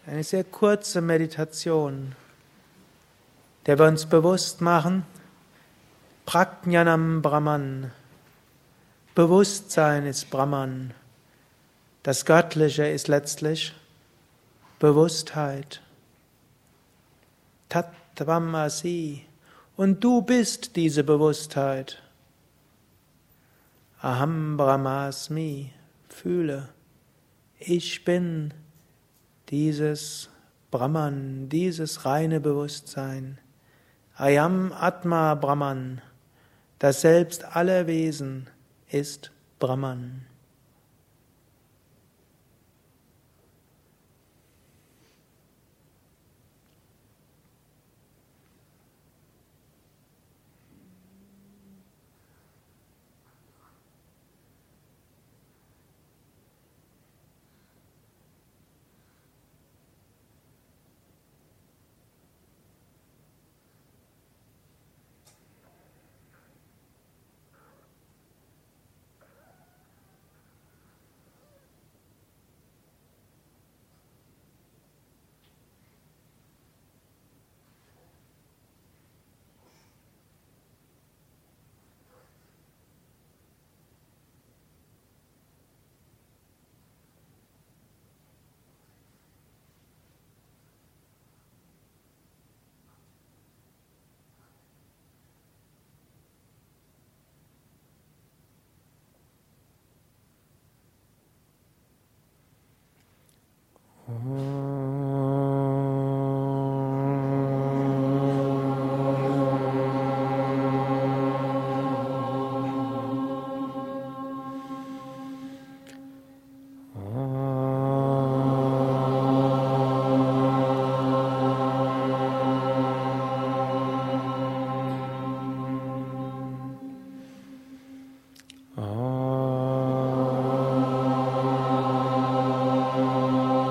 Eine sehr kurze Meditation, der wir uns bewusst machen, Prajnanam Brahman, Bewusstsein ist Brahman, das Göttliche ist letztlich Bewusstheit. Tattvam Asi, und du bist diese Bewusstheit. Aham Brahmasmi, fühle, ich bin dieses Brahman, dieses reine Bewusstsein. Ayam Atma Brahman, das Selbst aller Wesen ist Brahman.